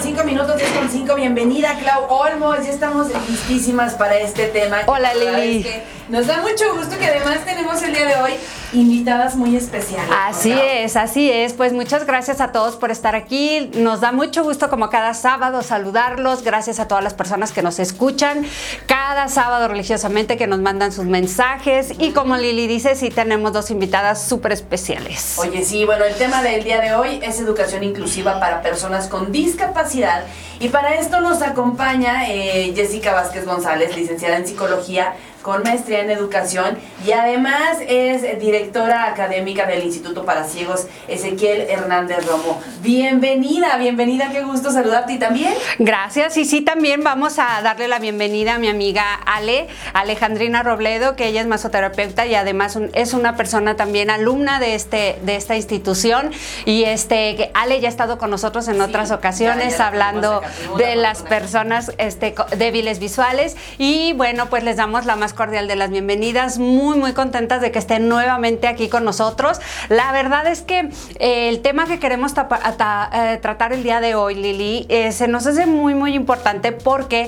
5 minutos, 10:05. Bienvenida, Clau Olmos. Ya estamos listísimas para este tema. Hola, Lili. Es que nos da mucho gusto que además tenemos el día de hoy invitadas muy especiales. Así es. Pues muchas gracias a todos por estar aquí. Nos da mucho gusto, como cada sábado, saludarlos. Gracias a todas las personas que nos escuchan cada sábado religiosamente, que nos mandan sus mensajes. Y como Lili dice, sí tenemos dos invitadas súper especiales. Oye, sí, bueno, el tema del día de hoy es educación inclusiva para personas con discapacidad. Y para esto nos acompaña Jessica Vázquez González, licenciada en Psicología, con maestría en Educación, y además es directora académica del Instituto para Ciegos Ezequiel Hernández Romo. Bienvenida, qué gusto saludarte. ¿Y también? Gracias, y sí, también vamos a darle la bienvenida a mi amiga Alejandrina Robledo, que ella es masoterapeuta y además es una persona también alumna de esta institución, y que Ale ya ha estado con nosotros en otras ocasiones hablando de las personas débiles visuales, y bueno, pues les damos la más cordial de las bienvenidas, muy contentas de que estén nuevamente aquí con nosotros. La verdad es que el tema que queremos tratar el día de hoy, Lili, se nos hace muy importante porque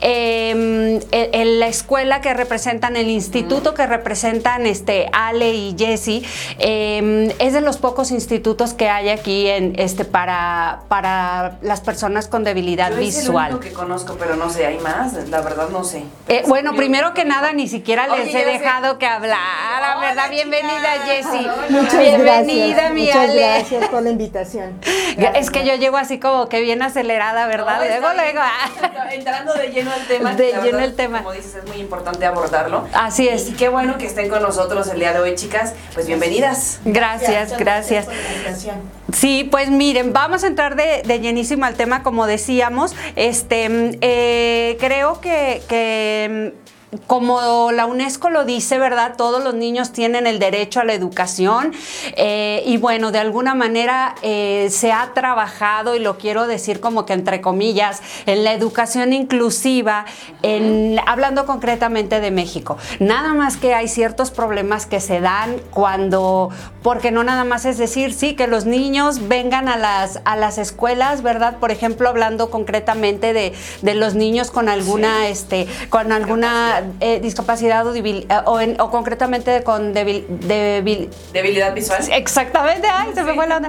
la escuela que representan, el instituto que representan Ale y Jessie, es de los pocos institutos que hay aquí para las personas con debilidad visual. Es el único que conozco, pero no sé, ¿hay más? La verdad no sé. Bueno, primero que nada, ni siquiera les he dejado que hablara, ¿verdad? Bienvenida, Jessie. Muchas Bienvenida, gracias. mi Muchas Ale. gracias por la invitación. Es que yo llego así como que bien acelerada, ¿verdad? Luego. Entrando de lleno al tema. Como dices, es muy importante abordarlo. Así es. Y qué bueno que estén con nosotros el día de hoy, chicas. Pues bienvenidas. Gracias. Por la invitación. Sí, pues miren, vamos a entrar de llenísimo al tema, como decíamos. Creo que como la UNESCO lo dice, ¿verdad? Todos los niños tienen el derecho a la educación, y bueno, de alguna manera se ha trabajado, y lo quiero decir como que entre comillas, en la educación inclusiva, hablando concretamente de México. Nada más que hay ciertos problemas que se dan porque no nada más es decir, sí, que los niños vengan a las escuelas, ¿verdad? Por ejemplo, hablando concretamente de los niños con alguna discapacidad o concretamente con debilidad visual. Exactamente, se me fue la onda.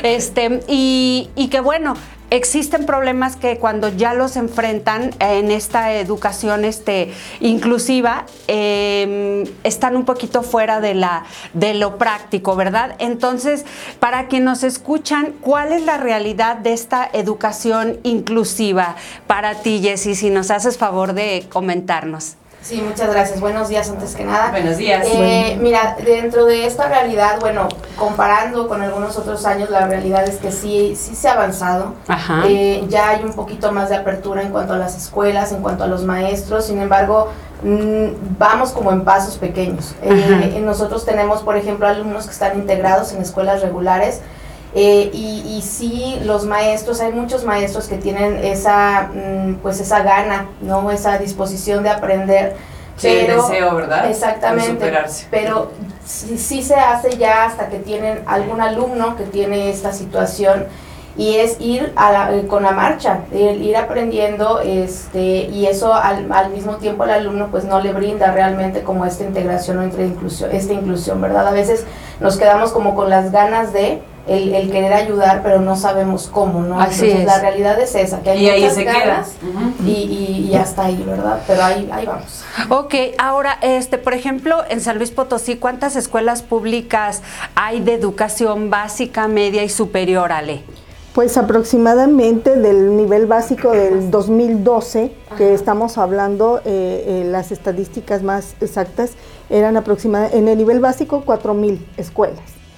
Y que bueno, existen problemas que cuando ya los enfrentan en esta educación inclusiva, están un poquito fuera de lo práctico, ¿verdad? Entonces, para quienes nos escuchan, ¿cuál es la realidad de esta educación inclusiva para ti, Jessie? Si nos haces favor de comentarnos. Sí, muchas gracias. Buenos días, antes que nada. Buenos días. Mira, dentro de esta realidad, bueno, comparando con algunos otros años, la realidad es que sí se ha avanzado. Ajá. Ya hay un poquito más de apertura en cuanto a las escuelas, en cuanto a los maestros. Sin embargo, vamos como en pasos pequeños. Nosotros tenemos, por ejemplo, alumnos que están integrados en escuelas regulares. Y sí, los maestros, hay muchos maestros que tienen esa gana, ¿no? Esa disposición de aprender. Sí, el deseo, ¿verdad? Exactamente. De superarse. Pero sí se hace ya hasta que tienen algún alumno que tiene esta situación, y es ir con la marcha, ir aprendiendo, y eso al mismo tiempo el alumno pues no le brinda realmente como esta integración o esta inclusión, ¿verdad? A veces nos quedamos como con las ganas de el querer ayudar, pero no sabemos cómo, ¿no? Así Entonces, es. la realidad es esa, que hay muchas ganas y hasta ahí, ¿verdad? Pero ahí vamos. Ok, ahora, por ejemplo, en San Luis Potosí, ¿cuántas escuelas públicas hay de educación básica, media y superior, Ale? Pues aproximadamente del nivel básico del 2012, que estamos hablando, las estadísticas más exactas eran aproximadamente, en el nivel básico, 4,000 escuelas.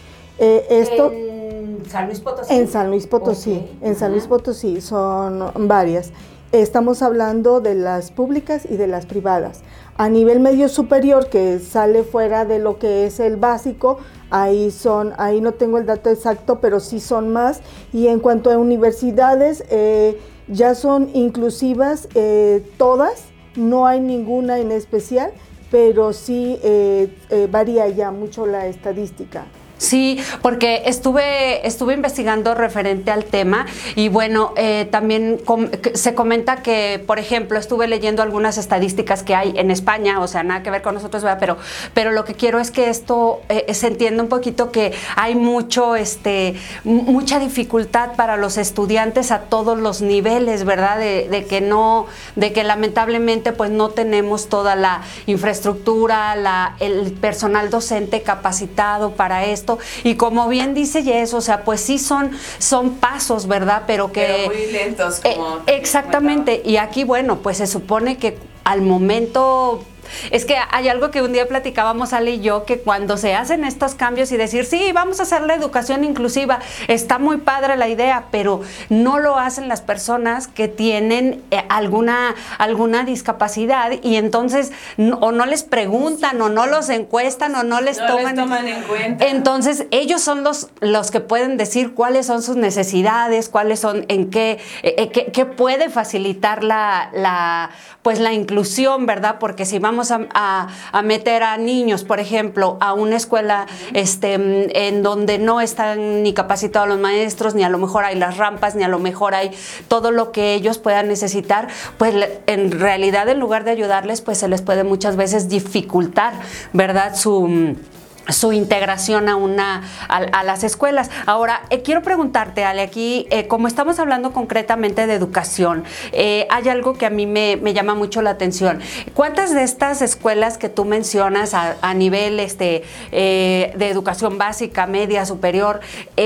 ¿En San Luis Potosí? En San Luis Potosí, Okay. En San Luis Potosí son varias. Estamos hablando de las públicas y de las privadas. A nivel medio superior, que sale fuera de lo que es el básico, ahí no tengo el dato exacto, pero sí son más. Y en cuanto a universidades, ya son inclusivas todas, no hay ninguna en especial, pero sí varía ya mucho la estadística. Sí, porque estuve investigando referente al tema y bueno, también se comenta que, por ejemplo, estuve leyendo algunas estadísticas que hay en España, o sea, nada que ver con nosotros, ¿verdad? Pero lo que quiero es que esto se entienda un poquito que hay mucha dificultad para los estudiantes a todos los niveles, ¿verdad? De que lamentablemente pues no tenemos toda la infraestructura, el personal docente capacitado para esto. Y como bien dice Jess, o sea, pues sí son pasos, ¿verdad? Pero muy lentos. Exactamente. Y aquí, bueno, pues se supone que al momento... Es que hay algo que un día platicábamos Ale y yo, que cuando se hacen estos cambios y decir, sí, vamos a hacer la educación inclusiva, está muy padre la idea, pero no lo hacen las personas que tienen alguna discapacidad y entonces o no les preguntan o no los encuestan o no les toman en cuenta. Entonces ellos son los que pueden decir cuáles son sus necesidades, cuáles son, en qué puede facilitar la inclusión, ¿verdad? Porque si vamos a meter a niños, por ejemplo, a una escuela en donde no están ni capacitados los maestros, ni a lo mejor hay las rampas, ni a lo mejor hay todo lo que ellos puedan necesitar, pues en realidad en lugar de ayudarles, pues se les puede muchas veces dificultar, ¿verdad? Su integración a las escuelas. Ahora, quiero preguntarte, Ale, aquí, como estamos hablando concretamente de educación, hay algo que a mí me llama mucho la atención. ¿Cuántas de estas escuelas que tú mencionas a nivel de educación básica, media, superior,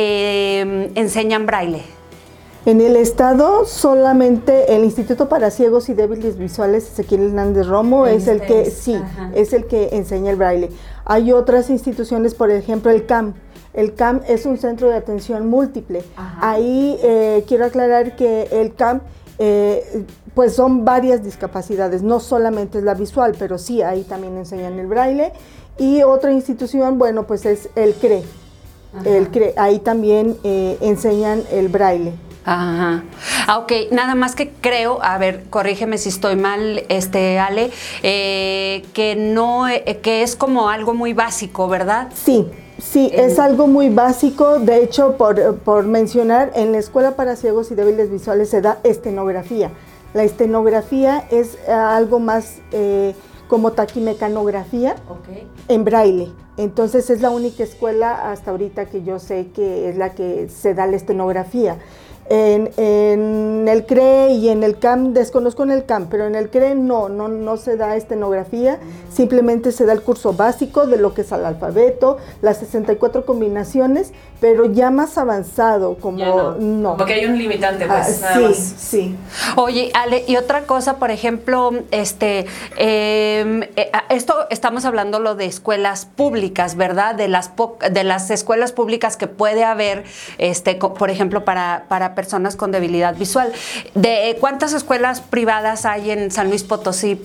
enseñan braille? En el estado solamente el Instituto para Ciegos y Débiles Visuales Ezequiel Hernández Romo es el que enseña el braille. Hay otras instituciones, por ejemplo el CAM. El CAM es un centro de atención múltiple. Ajá. Ahí quiero aclarar que el CAM pues son varias discapacidades, no solamente es la visual, pero sí, ahí también enseñan el braille. Y otra institución, bueno, pues es el CRE. El CRE, ahí también enseñan el braille. Ajá. Ok, nada más que creo, a ver, corrígeme si estoy mal, Ale, que es como algo muy básico, ¿verdad? Sí, es algo muy básico. De hecho, por mencionar, en la Escuela para Ciegos y Débiles Visuales se da estenografía. La estenografía es algo más como taquimecanografía en braille. Entonces es la única escuela hasta ahorita que yo sé que es la que se da la estenografía. En el CRE y en el CAM, desconozco en el CAM, pero en el CRE no se da estenografía, simplemente se da el curso básico de lo que es el alfabeto, las 64 combinaciones, pero ya más avanzado, como no. Porque hay un limitante, pues, nada más. Sí. Oye, Ale, y otra cosa, por ejemplo, esto estamos hablando lo de escuelas públicas, ¿verdad? De las escuelas públicas que puede haber, por ejemplo, para personas con debilidad visual. ¿De cuántas escuelas privadas hay en San Luis Potosí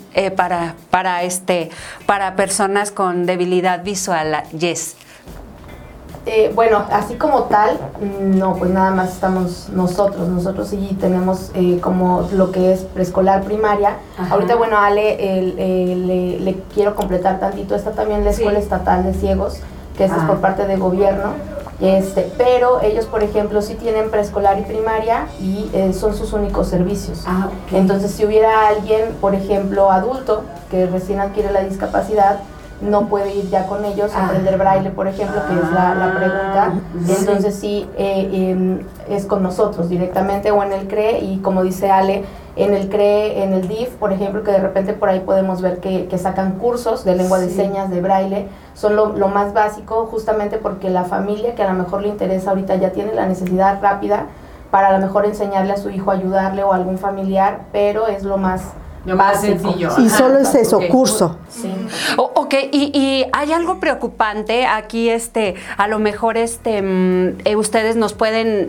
para personas con debilidad visual, Jess? Bueno, así como tal, no, pues nada más estamos nosotros. Nosotros sí tenemos como lo que es preescolar, primaria. Ajá. Ahorita, bueno, Ale, le quiero completar tantito. Está también la Escuela Estatal de Ciegos, que es por parte de gobierno. Pero ellos, por ejemplo, sí tienen preescolar y primaria y son sus únicos servicios. Okay. Entonces, si hubiera alguien, por ejemplo, adulto, que recién adquiere la discapacidad, no puede ir ya con ellos a aprender braille, por ejemplo, que es la pregunta. Entonces sí, es con nosotros directamente o en el CRE, y como dice Ale, en el CRE, en el DIF, por ejemplo, que de repente por ahí podemos ver que sacan cursos de lengua de señas, de braille, son lo más básico, justamente porque la familia que a lo mejor le interesa ahorita ya tiene la necesidad rápida para a lo mejor enseñarle a su hijo, ayudarle o a algún familiar, pero es lo más sencillo. Y solo es eso, curso. Sí. Ok, y hay algo preocupante aquí, a lo mejor ustedes nos pueden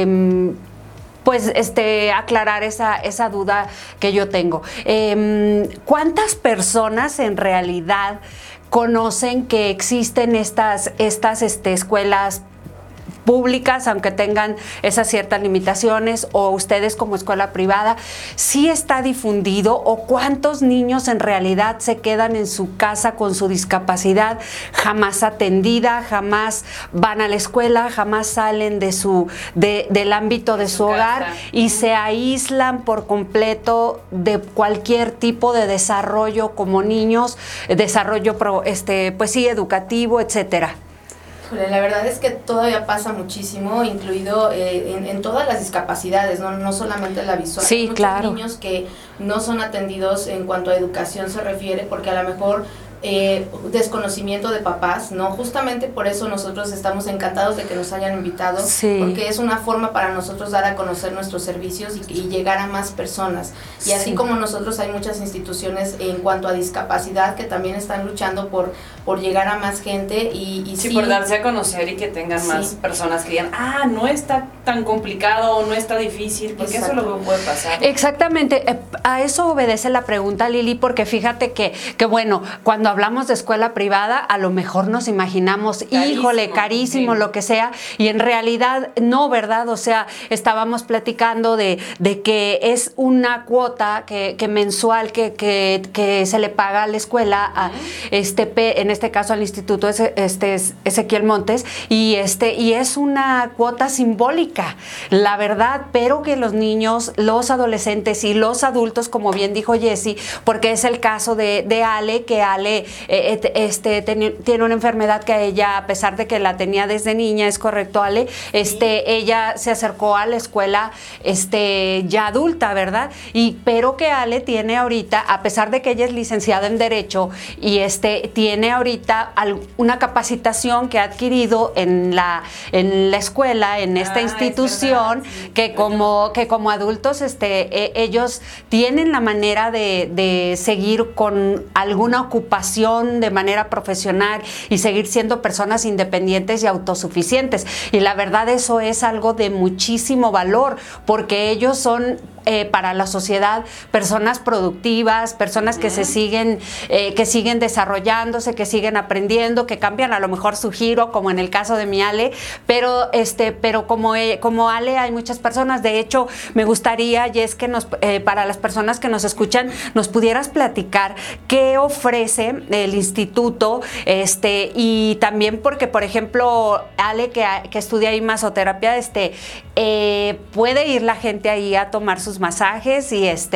aclarar esa duda que yo tengo. ¿Cuántas personas en realidad conocen que existen estas escuelas públicas, aunque tengan esas ciertas limitaciones, o ustedes como escuela privada, ¿sí está difundido o cuántos niños en realidad se quedan en su casa con su discapacidad, jamás atendida, jamás van a la escuela, jamás salen del ámbito de su hogar y se aíslan por completo de cualquier tipo de desarrollo como niños, desarrollo pues sí, educativo, etcétera? La verdad es que todavía pasa muchísimo, incluido en todas las discapacidades, no solamente la visual. Sí, hay muchos claro. niños que no son atendidos en cuanto a educación se refiere, porque a lo mejor desconocimiento de papás, ¿no? Justamente por eso nosotros estamos encantados de que nos hayan invitado, sí, porque es una forma para nosotros dar a conocer nuestros servicios y llegar a más personas. Y así sí, como nosotros, hay muchas instituciones en cuanto a discapacidad que también están luchando por llegar a más gente y sí, por darse a conocer y que tengan más personas que digan, no está tan complicado o no está difícil, porque eso luego puede pasar. Exactamente, a eso obedece la pregunta, Lili, porque fíjate que bueno, cuando hablamos de escuela privada, a lo mejor nos imaginamos, carísimo, lo que sea, y en realidad no, ¿verdad? O sea, estábamos platicando de que es una cuota que mensual que se le paga a la escuela, en este caso al Instituto Ezequiel Montes, y es una cuota simbólica, la verdad, pero que los niños, los adolescentes y los adultos, como bien dijo Jessie, porque es el caso de Ale, que Ale tiene una enfermedad que a ella, a pesar de que la tenía desde niña, es correcto, Ale, ella se acercó a la escuela ya adulta, ¿verdad? Pero que Ale tiene ahorita, a pesar de que ella es licenciada en Derecho, y tiene ahorita una capacitación que ha adquirido en la escuela, en esta institución, que como adultos ellos tienen la manera de seguir con alguna ocupación de manera profesional y seguir siendo personas independientes y autosuficientes. Y la verdad, eso es algo de muchísimo valor, porque ellos son para la sociedad personas productivas, personas que siguen desarrollándose, que siguen aprendiendo, que cambian a lo mejor su giro, como en el caso de mi Ale, pero como Ale hay muchas personas. De hecho, me gustaría, Jess, que para las personas que nos escuchan, nos pudieras platicar qué ofrece el instituto, y también porque, por ejemplo, Ale, que estudia ahí masoterapia, puede ir la gente ahí a tomar sus masajes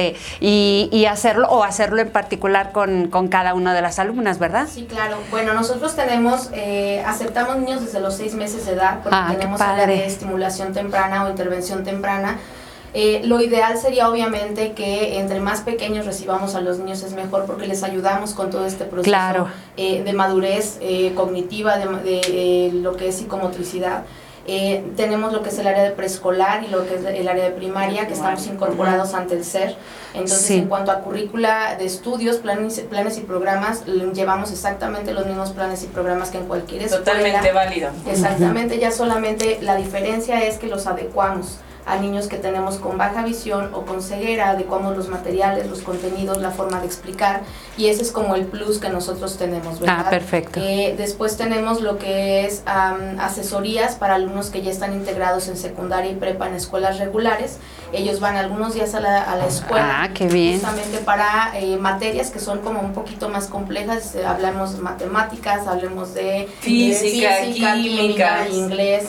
y hacerlo en particular con cada una de las alumnas, ¿verdad? Sí, claro. Bueno, nosotros aceptamos niños desde los 6 meses de edad, porque tenemos área de estimulación temprana o intervención temprana. Lo ideal sería obviamente que entre más pequeños recibamos a los niños es mejor, porque les ayudamos con todo este proceso de madurez cognitiva, de lo que es psicomotricidad. Tenemos lo que es el área de preescolar y lo que es el área de primaria, que estamos incorporados ante el SER. Entonces, en cuanto a currícula de estudios, planes y programas, llevamos exactamente los mismos planes y programas que en cualquier escuela. Totalmente válido. Exactamente, ya solamente la diferencia es que los adecuamos a niños que tenemos con baja visión o con ceguera, adecuamos los materiales, los contenidos, la forma de explicar, y ese es como el plus que nosotros tenemos, ¿verdad? Perfecto. Después tenemos lo que es asesorías para alumnos que ya están integrados en secundaria y prepa en escuelas regulares. Ellos van algunos días a la escuela, qué bien, justamente para materias que son como un poquito más complejas. Hablamos matemáticas, hablemos de física, química, inglés.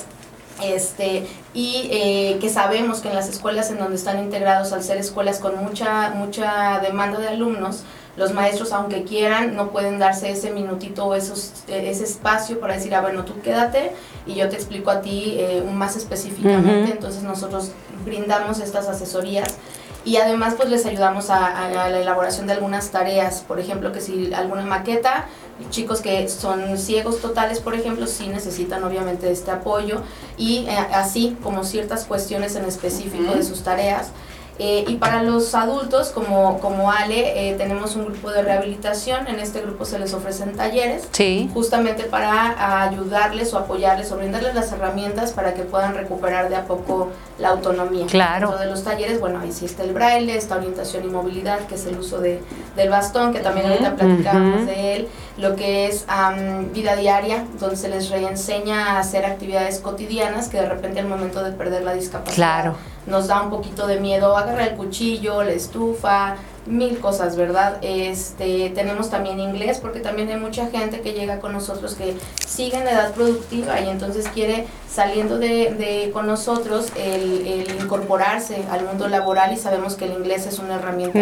Que sabemos que en las escuelas en donde están integrados, al ser escuelas con mucha demanda de alumnos, los maestros, aunque quieran, no pueden darse ese minutito o ese espacio para decir, bueno, tú quédate y yo te explico a ti más específicamente. Entonces nosotros brindamos estas asesorías. Y además pues les ayudamos a la elaboración de algunas tareas, por ejemplo, que si alguna maqueta, chicos que son ciegos totales, por ejemplo, sí necesitan obviamente este apoyo, y así como ciertas cuestiones en específico de sus tareas. Y para los adultos, como Ale, tenemos un grupo de rehabilitación. En este grupo se les ofrecen talleres, Sí. justamente para ayudarles o apoyarles o brindarles las herramientas para que puedan recuperar de a poco la autonomía. Claro. Dentro de los talleres, bueno, ahí existe el braille, esta orientación y movilidad, que es el uso del bastón, que también ahorita platicábamos de él, lo que es vida diaria, donde se les reenseña a hacer actividades cotidianas que de repente al momento de perder la discapacidad Claro. nos da un poquito de miedo agarrar el cuchillo, la estufa, mil cosas, ¿verdad? Tenemos también inglés, porque también hay mucha gente que llega con nosotros que sigue en la edad productiva y entonces quiere, saliendo con nosotros, el incorporarse al mundo laboral, y sabemos que el inglés es una herramienta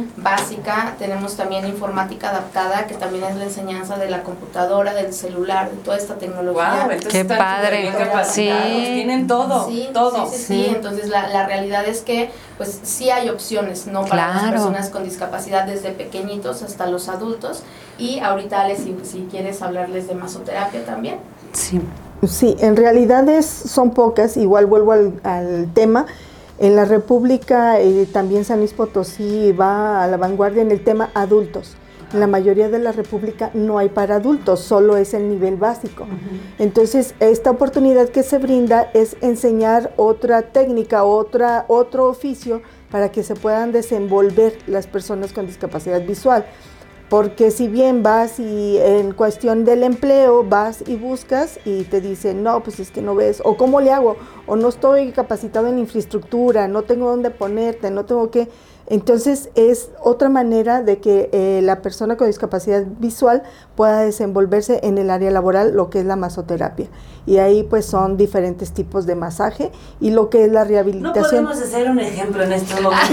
básica. Tenemos también informática adaptada, que también es la enseñanza de la computadora, del celular, de toda esta tecnología. Wow, entonces Qué están padre. súper bien capacitados, Sí. tienen todo, Sí, todo. sí. Entonces la realidad es que pues sí hay opciones, ¿no? Para las Claro. personas con discapacidad, desde pequeñitos hasta los adultos. Y ahorita, Ale, si quieres hablarles de masoterapia también. Sí. Sí, en realidad son pocas, igual vuelvo al tema. En la República también San Luis Potosí va a la vanguardia en el tema adultos. En la mayoría de la República no hay para adultos, solo es el nivel básico. Entonces, esta oportunidad que se brinda es enseñar otra técnica, otro oficio para que se puedan desenvolver las personas con discapacidad visual. Porque si bien vas y en cuestión del empleo vas y buscas y te dicen, no, pues es que no ves, o cómo le hago, o no estoy capacitado en infraestructura, no tengo dónde ponerte, no tengo qué. Entonces es otra manera de que la persona con discapacidad visual pueda desenvolverse en el área laboral, lo que es la masoterapia. Y ahí pues son diferentes tipos de masaje y lo que es la No rehabilitación. podemos hacer un ejemplo en estos momentos.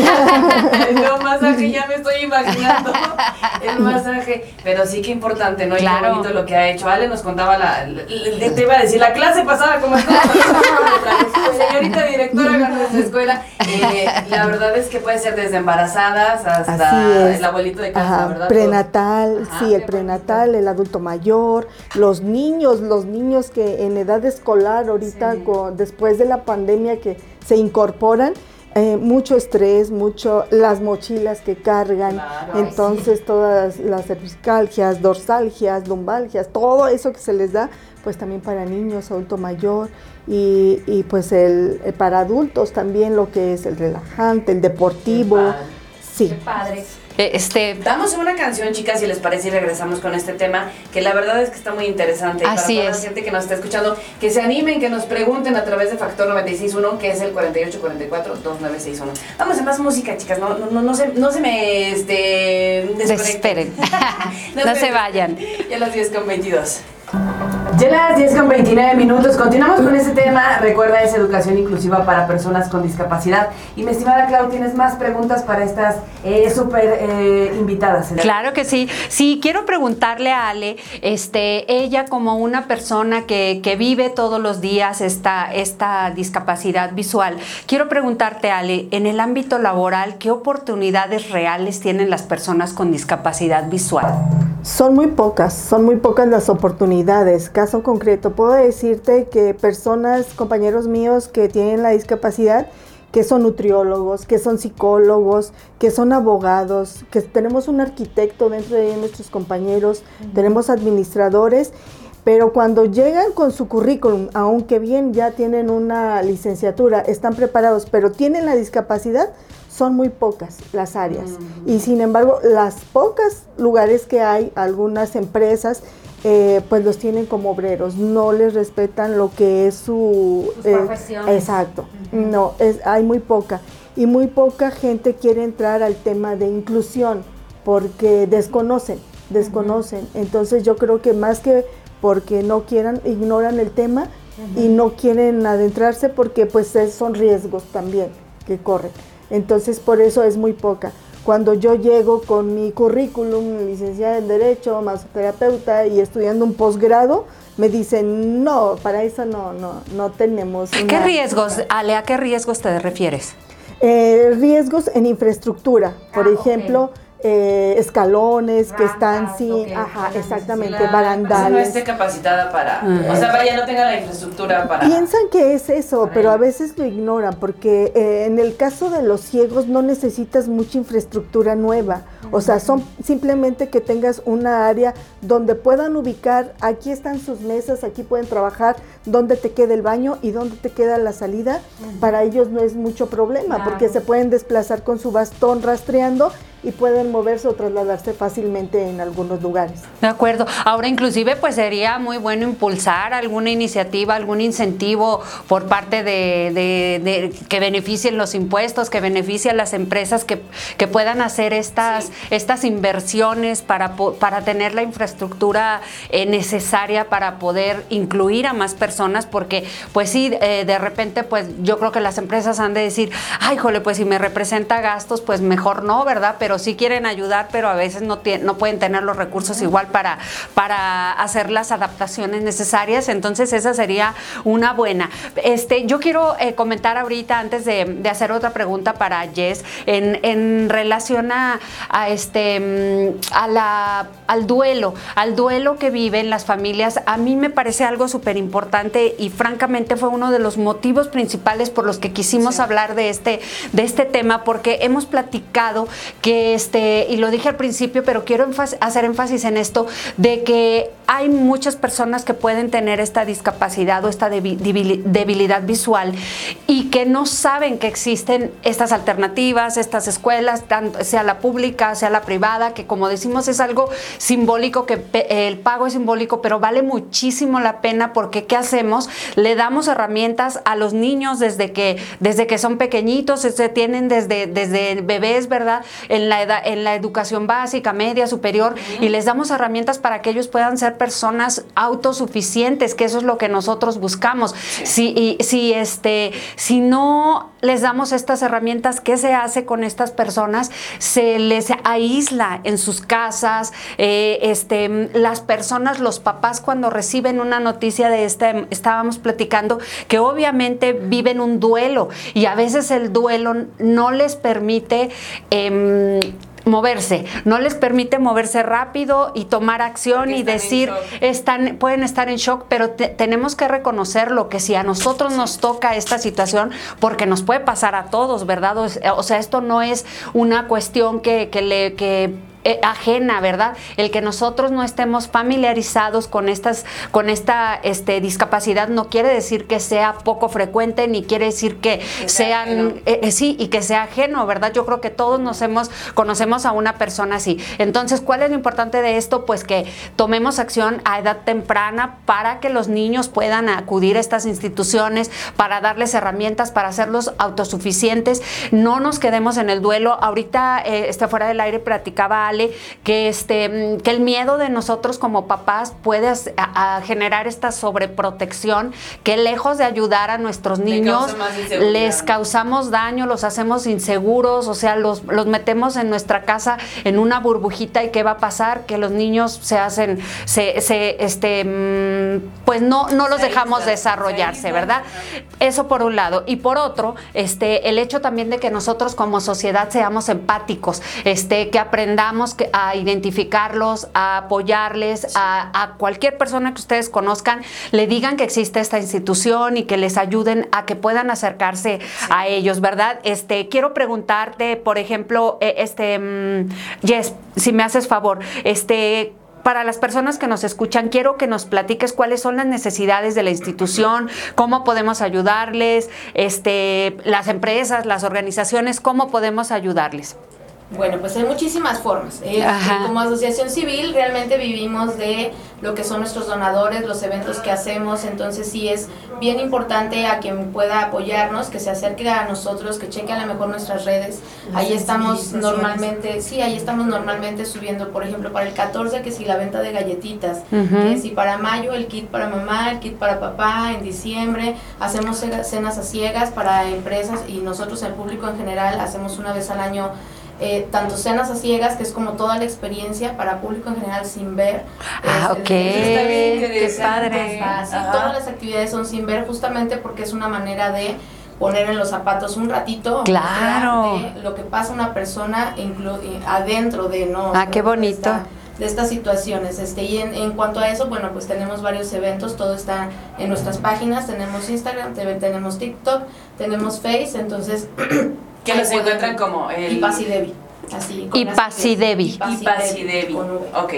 El masaje, ya me estoy imaginando el masaje, pero sí que importante, ¿no? Y Claro. qué bonito lo que ha hecho. Ale nos contaba te iba a decir, la clase pasada, como estuvo la señorita directora de nuestra escuela. La verdad es que puede ser desde embarazadas Así hasta es. el abuelito de casa, Ajá, ¿verdad? prenatal, Ajá, sí, qué el prenatal, el adulto mayor, los niños que en edad escolar ahorita, Sí. después de la pandemia que se incorporan, mucho estrés, las mochilas que cargan, Claro, entonces todas las cervicalgias, dorsalgias, lumbalgias, todo eso que se les da, pues también para niños, adulto mayor y pues para adultos también lo que es el relajante, el deportivo, Qué padre. sí. Qué padre. Damos una canción, chicas, si les parece, y regresamos con este tema, que la verdad es que está muy interesante. Así para toda es. la gente que nos está escuchando, que se animen, que nos pregunten a través de Factor 961, que es el 4844-2961. Vamos a más música, chicas, no se me Desesperen. No se vayan. Ya las 10:22. Ya las 10:29. Continuamos con este tema. Recuerda, es educación inclusiva para personas con discapacidad. Y mi estimada Clau, ¿tienes más preguntas para estas súper invitadas? Claro que sí. Sí, quiero preguntarle a Ale, ella como una persona que vive todos los días esta discapacidad visual, quiero preguntarte, Ale, en el ámbito laboral, ¿qué oportunidades reales tienen las personas con discapacidad visual? Son muy pocas las oportunidades. Caso concreto, puedo decirte que compañeros míos que tienen la discapacidad, que son nutriólogos, que son psicólogos, que son abogados, que tenemos un arquitecto dentro de nuestros compañeros, tenemos administradores, pero cuando llegan con su currículum, aunque bien ya tienen una licenciatura, están preparados, pero tienen la discapacidad, son muy pocas las áreas. Y sin embargo, las pocas lugares que hay, algunas empresas, pues los tienen como obreros, no les respetan lo que es su profesión. Exacto, no, hay muy poca. Y muy poca gente quiere entrar al tema de inclusión porque desconocen. Entonces yo creo que más que porque no quieran, ignoran el tema y no quieren adentrarse porque pues son riesgos también que corren. Entonces por eso es muy poca. Cuando yo llego con mi currículum, licenciada en Derecho, masoterapeuta y estudiando un posgrado, me dicen, no, para eso no tenemos. ¿Qué riesgos, Ale, a qué riesgos te refieres? Riesgos en infraestructura, por ejemplo, escalones, que están Rampas, sin, ok, ajá, exactamente, Claro, barandales. no esté capacitada para, o sea, vaya, no tenga la infraestructura para... Piensan que es eso, para pero ello. a veces lo ignoran, porque en el caso de los ciegos no necesitas mucha infraestructura nueva. O sea, son simplemente que tengas una área donde puedan ubicar, aquí están sus mesas, aquí pueden trabajar, dónde te queda el baño y dónde te queda la salida. Para ellos no es mucho problema, Claro. porque se pueden desplazar con su bastón rastreando y pueden moverse o trasladarse fácilmente en algunos lugares. De acuerdo. Ahora inclusive pues sería muy bueno impulsar alguna iniciativa, algún incentivo por parte de que beneficien los impuestos, que beneficien las empresas que puedan hacer estas inversiones para tener la infraestructura necesaria para poder incluir a más personas, porque pues sí, de repente pues yo creo que las empresas han de decir, ay, jole, pues si me representa gastos, pues mejor no, ¿verdad? Pero sí quieren ayudar, pero a veces no pueden tener los recursos igual para hacer las adaptaciones necesarias. Entonces esa sería una buena. Yo quiero comentar ahorita, antes de hacer otra pregunta para Jess, en relación al duelo que viven las familias. A mí me parece algo súper importante y francamente fue uno de los motivos principales por los que quisimos hablar de este tema, porque hemos platicado que y lo dije al principio, pero quiero hacer énfasis en esto, de que hay muchas personas que pueden tener esta discapacidad o esta debilidad visual y que no saben que existen estas alternativas, estas escuelas, tanto sea la pública, sea la privada, que como decimos es algo simbólico, que el pago es simbólico, pero vale muchísimo la pena, porque ¿qué hacemos? Le damos herramientas a los niños desde que son pequeñitos, se tienen desde bebés, ¿verdad? En la educación básica, media, superior, y les damos herramientas para que ellos puedan ser personas autosuficientes, que eso es lo que nosotros buscamos. Si no les damos estas herramientas, ¿qué se hace con estas personas? Se les aísla en sus casas. Las personas, los papás, cuando reciben una noticia de estábamos platicando que obviamente viven un duelo y a veces el duelo no les permite moverse, no les permite moverse rápido y tomar acción y decir, pueden estar en shock, pero tenemos que reconocerlo, que si a nosotros nos toca esta situación, porque nos puede pasar a todos, ¿verdad? O sea, esto no es una cuestión que ajena, ¿verdad? El que nosotros no estemos familiarizados con esta discapacidad no quiere decir que sea poco frecuente, ni quiere decir que sean y que sea ajeno, ¿verdad? Yo creo que todos conocemos a una persona así. Entonces, ¿cuál es lo importante de esto? Pues que tomemos acción a edad temprana para que los niños puedan acudir a estas instituciones, para darles herramientas, para hacerlos autosuficientes. No nos quedemos en el duelo. Ahorita, fuera del aire platicaba que el miedo de nosotros como papás puede generar esta sobreprotección, que lejos de ayudar a nuestros niños les causamos daño, los hacemos inseguros, o sea, los metemos en nuestra casa en una burbujita. ¿Y qué va a pasar? Que los niños pues no los dejamos desarrollarse, ¿verdad? Eso por un lado. Y por otro, el hecho también de que nosotros como sociedad seamos empáticos, que aprendamos a identificarlos, a apoyarles, a cualquier persona que ustedes conozcan, le digan que existe esta institución y que les ayuden a que puedan acercarse a ellos, ¿verdad? Quiero preguntarte, por ejemplo, Jess, si me haces favor, para las personas que nos escuchan, quiero que nos platiques cuáles son las necesidades de la institución, cómo podemos ayudarles, las empresas, las organizaciones, cómo podemos ayudarles. Bueno, pues hay muchísimas formas. Como asociación civil realmente vivimos de lo que son nuestros donadores, los eventos que hacemos, entonces sí es bien importante a quien pueda apoyarnos, que se acerque a nosotros, que cheque a lo mejor nuestras redes. Ahí estamos normalmente subiendo, por ejemplo, para el 14, que si la venta de galletitas, que si para mayo el kit para mamá, el kit para papá, en diciembre hacemos cenas a ciegas para empresas y nosotros, el público en general, hacemos una vez al año tanto cenas a ciegas, que es como toda la experiencia para público en general sin ver. Ok, qué padre. Todas las actividades son sin ver, justamente porque es una manera de poner en los zapatos un ratito. Claro. De lo que pasa una persona adentro de, ¿no? Qué bonito. De estas situaciones. Y en cuanto a eso, bueno, pues tenemos varios eventos, todo está en nuestras páginas, tenemos Instagram, tenemos TikTok, tenemos Face, entonces... que los encuentran como el... Ipasidevi. Así, Ipasidevi. Ipasidevi. Ok.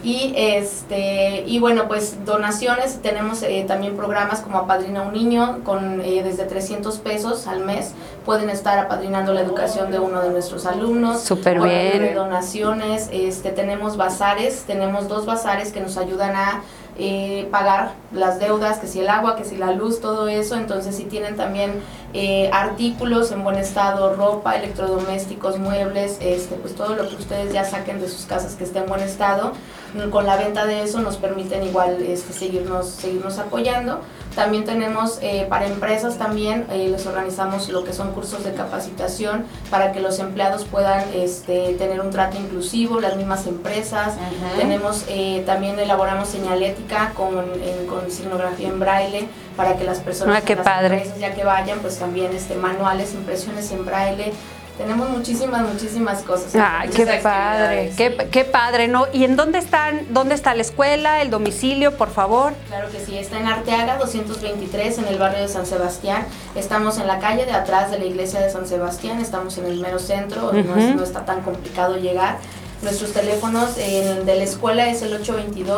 Y bueno, pues donaciones, tenemos también programas como Apadrina un Niño, con desde 300 pesos al mes, pueden estar apadrinando la educación de uno de nuestros alumnos. Súper bien. Donaciones, tenemos bazares, tenemos 2 bazares que nos ayudan a pagar las deudas, que si el agua, que si la luz, todo eso. Entonces si tienen también artículos en buen estado, ropa, electrodomésticos, muebles, pues todo lo que ustedes ya saquen de sus casas que esté en buen estado, con la venta de eso nos permiten igual seguirnos apoyando. También tenemos para empresas también, les organizamos lo que son cursos de capacitación para que los empleados puedan tener un trato inclusivo, las mismas empresas. Tenemos, también elaboramos señalética con signografía en braille para que las personas, qué padre. Empresas, ya que vayan, pues también manuales, impresiones en braille. Tenemos muchísimas cosas. Ay, qué padre, qué padre, ¿no? ¿Y en dónde está la escuela, el domicilio, por favor? Claro que sí, está en Arteaga 223, en el barrio de San Sebastián. Estamos en la calle de atrás de la iglesia de San Sebastián, estamos en el mero centro, no está tan complicado llegar. Nuestros teléfonos de la escuela es el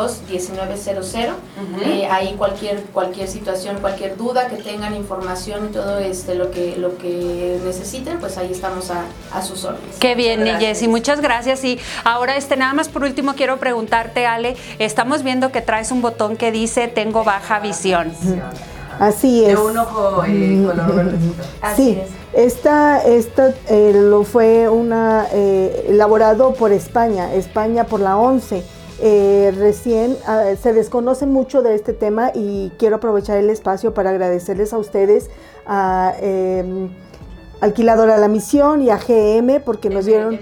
822-1900. Ahí cualquier situación, cualquier duda que tengan, información y todo lo que necesiten, pues ahí estamos a sus órdenes. Qué bien, Jessy, muchas gracias. Y ahora nada más por último quiero preguntarte, Ale, estamos viendo que traes un botón que dice tengo baja visión. Así es. De un ojo color verdecito. Sí, esta lo fue elaborado por España por la ONCE. Recién se desconoce mucho de este tema y quiero aprovechar el espacio para agradecerles a ustedes, a Alquiladora La Misión y a GM, porque nos dieron,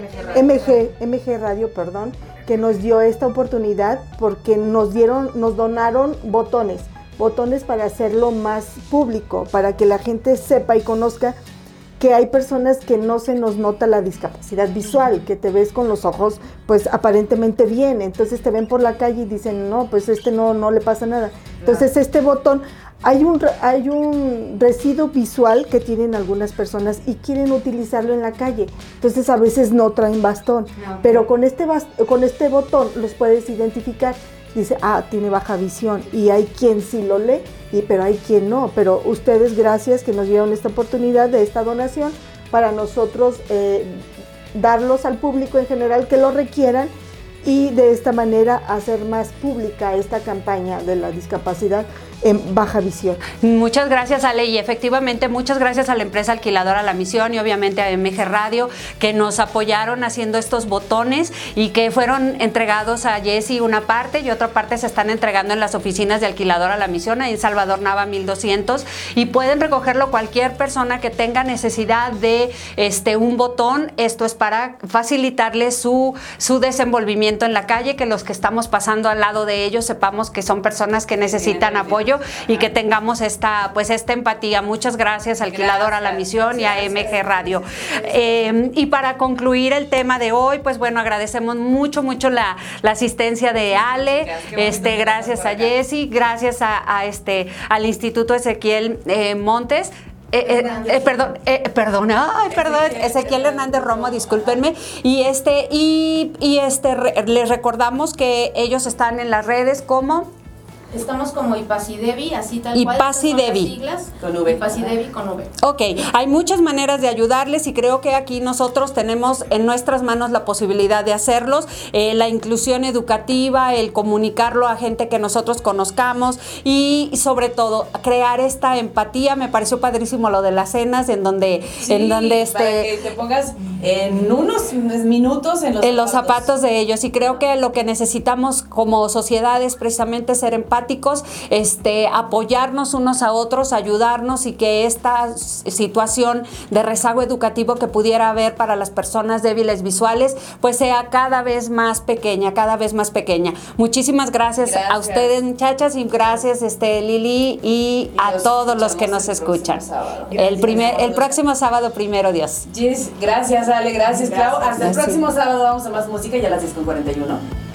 MG Radio, perdón, que nos dio esta oportunidad porque nos donaron botones para hacerlo más público, para que la gente sepa y conozca que hay personas que no se nos nota la discapacidad visual, que te ves con los ojos pues aparentemente bien, entonces te ven por la calle y dicen, no, pues no le pasa nada. Entonces este botón, hay un residuo visual que tienen algunas personas y quieren utilizarlo en la calle, entonces a veces no traen bastón, pero con este botón los puedes identificar. Dice, tiene baja visión, y hay quien sí lo lee, pero hay quien no. Pero ustedes, gracias que nos dieron esta oportunidad de esta donación para nosotros darlos al público en general que lo requieran y de esta manera hacer más pública esta campaña de la discapacidad en baja visión. Muchas gracias, Ale, y efectivamente muchas gracias a la empresa Alquiladora La Misión y obviamente a MG Radio que nos apoyaron haciendo estos botones y que fueron entregados a Jessy una parte y otra parte se están entregando en las oficinas de Alquiladora La Misión ahí en Salvador Nava 1200 y pueden recogerlo cualquier persona que tenga necesidad de un botón. Esto es para facilitarles su desenvolvimiento en la calle, que los que estamos pasando al lado de ellos sepamos que son personas que necesitan apoyo y que tengamos esta empatía. Muchas gracias, Alquiladora La Misión y a MG Radio. Y para concluir el tema de hoy, pues bueno, agradecemos mucho la asistencia de Ale, gracias a Jessy, gracias al Instituto Ezequiel Montes. Perdón, Ezequiel Hernández Romo, discúlpenme, les recordamos que ellos están en las redes como Estamos como Ipasidevi, así tal cual. Ipasidevi. Siglas, con V. Ipasidevi con V. Ok, hay muchas maneras de ayudarles y creo que aquí nosotros tenemos en nuestras manos la posibilidad de hacerlos. La inclusión educativa, el comunicarlo a gente que nosotros conozcamos y sobre todo crear esta empatía. Me pareció padrísimo lo de las cenas en donde para que te pongas en unos minutos en los zapatos de ellos, y creo que lo que necesitamos como sociedad es precisamente ser empáticos empáticos, apoyarnos unos a otros, ayudarnos, y que esta situación de rezago educativo que pudiera haber para las personas débiles visuales pues sea cada vez más pequeña, Muchísimas gracias a ustedes, muchachas, y gracias Lili y a todos los que nos escuchan. El próximo sábado, primero Dios. Gis, gracias Ale, gracias Clau. Hasta el próximo sábado, vamos a más música, ya a las 10:41.